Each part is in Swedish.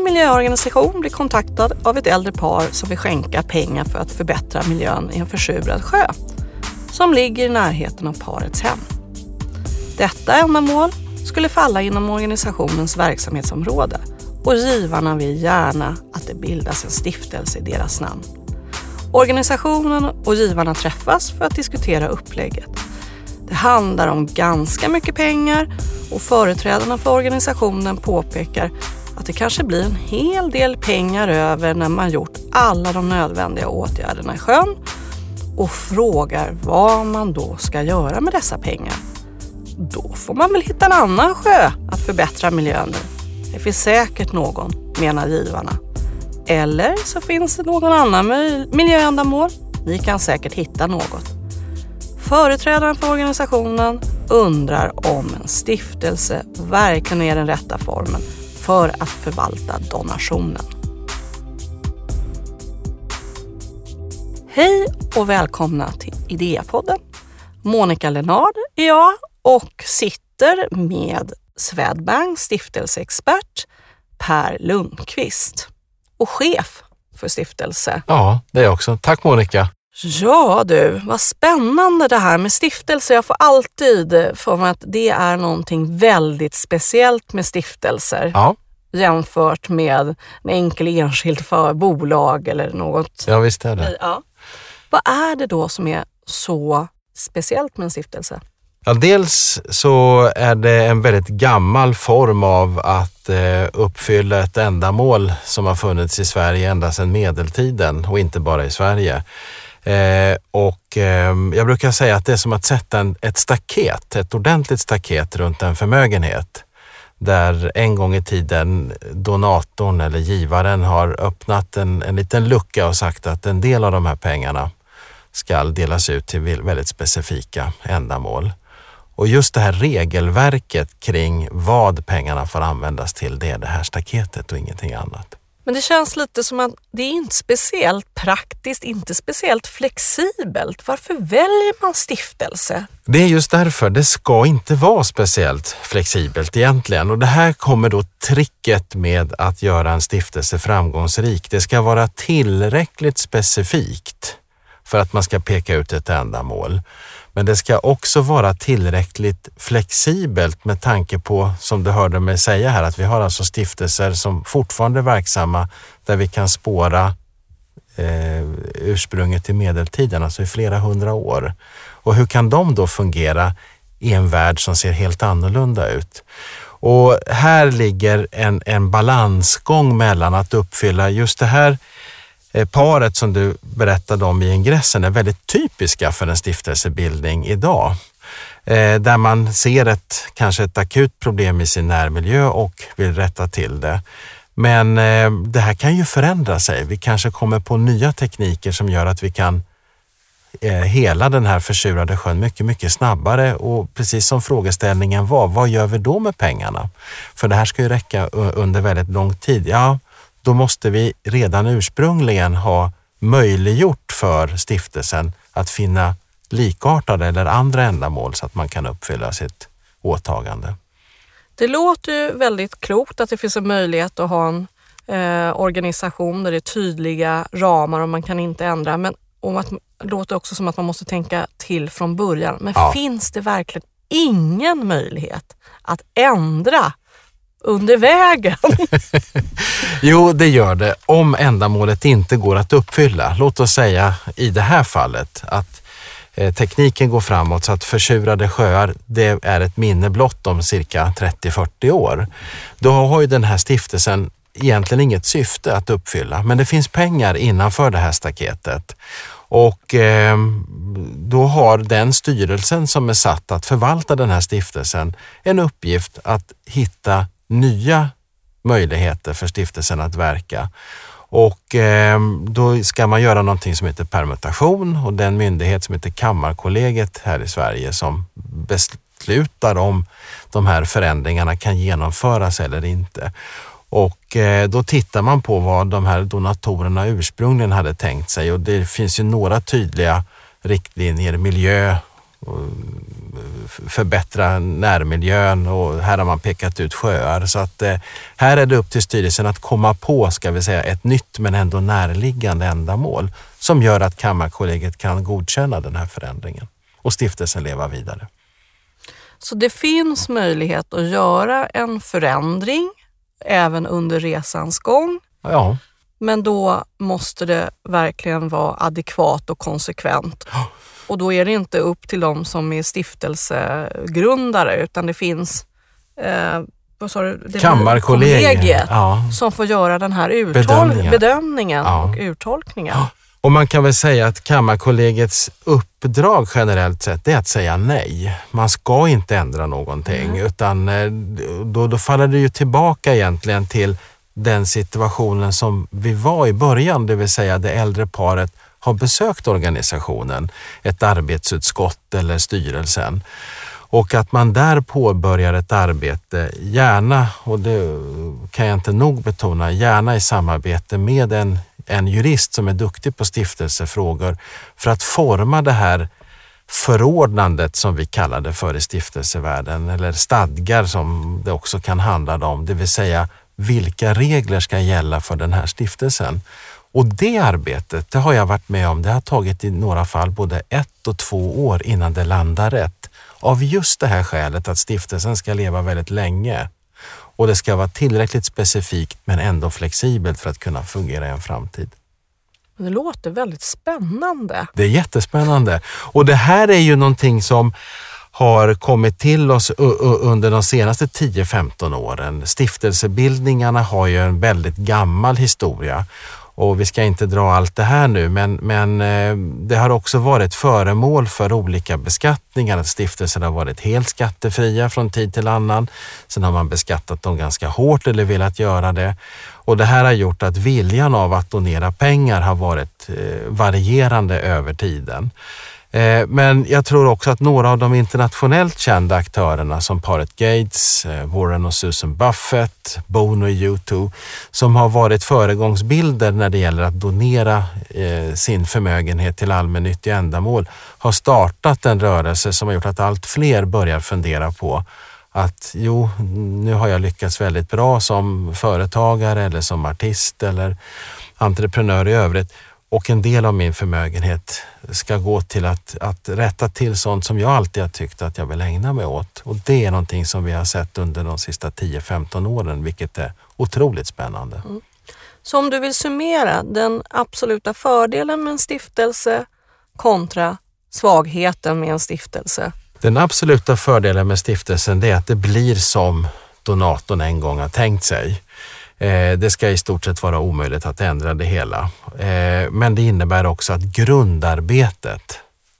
miljöorganisation blir kontaktad av ett äldre par som vill skänka pengar för att förbättra miljön i en försurad sjö som ligger i närheten av parets hem. Detta ändamål skulle falla inom organisationens verksamhetsområde och givarna vill gärna att det bildas en stiftelse i deras namn. Organisationen och givarna träffas för att diskutera upplägget. Det handlar om ganska mycket pengar och företrädarna för organisationen påpekar att det kanske blir en hel del pengar över när man gjort alla de nödvändiga åtgärderna i sjön och frågar vad man då ska göra med dessa pengar. Då får man väl hitta en annan sjö att förbättra miljön i. Det finns säkert någon, menar givarna. Eller så finns det någon annan miljöändamål. Ni kan säkert hitta något. Företrädaren för organisationen undrar om en stiftelse verkligen är den rätta formen för att förvalta donationen. Hej och välkomna till Idépodden. Monica Lennard är jag och sitter med Swedbank stiftelseexpert Per Lundqvist och chef för stiftelse. Ja, det är jag också. Tack Monica. Ja du, vad spännande det här med stiftelse. Jag får alltid för mig att det är någonting väldigt speciellt med stiftelser. Ja. Jämfört med en enkel enskild bolag eller något. Ja, visst är det. Ja. Vad är det då som är så speciellt med en stiftelse? Ja, dels så är det en väldigt gammal form av att uppfylla ett ändamål som har funnits i Sverige ända sedan medeltiden och inte bara i Sverige. Jag brukar säga att det är som att sätta ett ordentligt staket runt en förmögenhet. Där en gång i tiden donatorn eller givaren har öppnat en liten lucka och sagt att en del av de här pengarna ska delas ut till väldigt specifika ändamål. Och just det här regelverket kring vad pengarna får användas till, det är det här staketet och ingenting annat. Men det känns lite som att det är inte speciellt praktiskt, inte speciellt flexibelt. Varför väljer man stiftelse? Det är just därför. Det ska inte vara speciellt flexibelt egentligen. Och det här kommer då tricket med att göra en stiftelse framgångsrik. Det ska vara tillräckligt specifikt för att man ska peka ut ett ändamål. Men det ska också vara tillräckligt flexibelt med tanke på, som du hörde mig säga här, att vi har alltså stiftelser som fortfarande är verksamma där vi kan spåra ursprunget till medeltiden, alltså i flera hundra år. Och hur kan de då fungera i en värld som ser helt annorlunda ut? Och här ligger en balansgång mellan att uppfylla just det här. Paret som du berättade om i ingressen är väldigt typiska för en stiftelsebildning idag. Där man ser kanske ett akut problem i sin närmiljö och vill rätta till det. Men det här kan ju förändra sig. Vi kanske kommer på nya tekniker som gör att vi kan hela den här försurade sjön mycket, mycket snabbare. Och precis som frågeställningen var, vad gör vi då med pengarna? För det här ska ju räcka under väldigt lång tid. Ja, då måste vi redan ursprungligen ha möjliggjort för stiftelsen att finna likartade eller andra ändamål så att man kan uppfylla sitt åtagande. Det låter ju väldigt klokt att det finns en möjlighet att ha en organisation där det är tydliga ramar och man kan inte ändra. Men det låter också som att man måste tänka till från början. Men finns det verkligen ingen möjlighet att ändra under vägen? Jo, det gör det. Om ändamålet inte går att uppfylla. Låt oss säga i det här fallet att tekniken går framåt så att försurade sjöar, det är ett minne blott om cirka 30-40 år. Då har ju den här stiftelsen egentligen inget syfte att uppfylla. Men det finns pengar innanför det här staketet. Och då har den styrelsen som är satt att förvalta den här stiftelsen en uppgift att hitta nya möjligheter för stiftelsen att verka. Och då ska man göra någonting som heter permutation, och den myndighet som heter Kammarkollegiet här i Sverige som beslutar om de här förändringarna kan genomföras eller inte. Och då tittar man på vad de här donatorerna ursprungligen hade tänkt sig, och det finns ju några tydliga riktlinjer, miljö, förbättra närmiljön, och här har man pekat ut sjöar. Så att här är det upp till styrelsen att komma på, ska vi säga, ett nytt men ändå närliggande ändamål som gör att Kammarkollegiet kan godkänna den här förändringen och stiftelsen leva vidare. Så det finns möjlighet att göra en förändring även under resans gång. Ja. Men då måste det verkligen vara adekvat och konsekvent. Och då är det inte upp till dem som är stiftelsegrundare, utan det finns Kammarkollegiet som får göra den här bedömningen och uttolkningen. Och man kan väl säga att Kammarkollegiets uppdrag generellt sett är att säga nej. Man ska inte ändra någonting, utan då faller det ju tillbaka egentligen till den situationen som vi var i början, det vill säga det äldre paret har besökt organisationen, ett arbetsutskott eller styrelsen. Och att man där påbörjar ett arbete, gärna, och det kan jag inte nog betona, gärna i samarbete med en jurist som är duktig på stiftelsefrågor, för att forma det här förordnandet som vi kallar det för i stiftelsevärlden, eller stadgar som det också kan handla om, det vill säga vilka regler ska gälla för den här stiftelsen. Och det arbetet, det har jag varit med om, det har tagit i några fall både 1 och 2 år innan det landar rätt. Av just det här skälet att stiftelsen ska leva väldigt länge. Och det ska vara tillräckligt specifikt men ändå flexibelt för att kunna fungera i en framtid. Det låter väldigt spännande. Det är jättespännande. Och det här är ju någonting som har kommit till oss under de senaste 10-15 åren. Stiftelsebildningarna har ju en väldigt gammal historia. Och vi ska inte dra allt det här nu, men det har också varit föremål för olika beskattningar. Att stiftelser har varit helt skattefria från tid till annan. Sen har man beskattat dem ganska hårt eller velat göra det. Och det här har gjort att viljan av att donera pengar har varit varierande över tiden. Men jag tror också att några av de internationellt kända aktörerna som paret Gates, Warren och Susan Buffett, Bono och U2, som har varit föregångsbilder när det gäller att donera sin förmögenhet till allmännyttiga ändamål, har startat en rörelse som har gjort att allt fler börjar fundera på att nu har jag lyckats väldigt bra som företagare eller som artist eller entreprenör i övrigt. Och en del av min förmögenhet ska gå till att rätta till sånt som jag alltid har tyckt att jag vill ägna mig åt. Och det är någonting som vi har sett under de sista 10-15 åren, vilket är otroligt spännande. Mm. Så om du vill summera den absoluta fördelen med en stiftelse kontra svagheten med en stiftelse? Den absoluta fördelen med stiftelsen är att det blir som donatorn en gång har tänkt sig. Det ska i stort sett vara omöjligt att ändra det hela. Men det innebär också att grundarbetet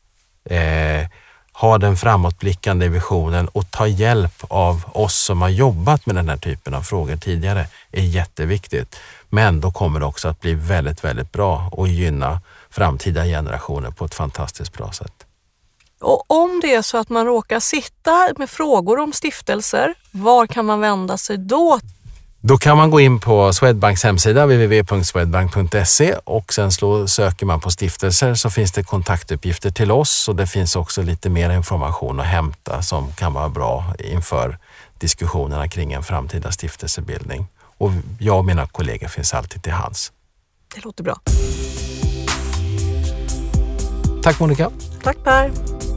har den framåtblickande visionen och ta hjälp av oss som har jobbat med den här typen av frågor tidigare är jätteviktigt. Men då kommer det också att bli väldigt, väldigt bra och gynna framtida generationer på ett fantastiskt bra sätt. Och om det är så att man råkar sitta med frågor om stiftelser, var kan man vända sig då? Då kan man gå in på Swedbanks hemsida www.swedbank.se och sen söker man på stiftelser, så finns det kontaktuppgifter till oss, och det finns också lite mer information att hämta som kan vara bra inför diskussionerna kring en framtida stiftelsebildning. Och jag och mina kollegor finns alltid till hands. Det låter bra. Tack Monica. Tack Per.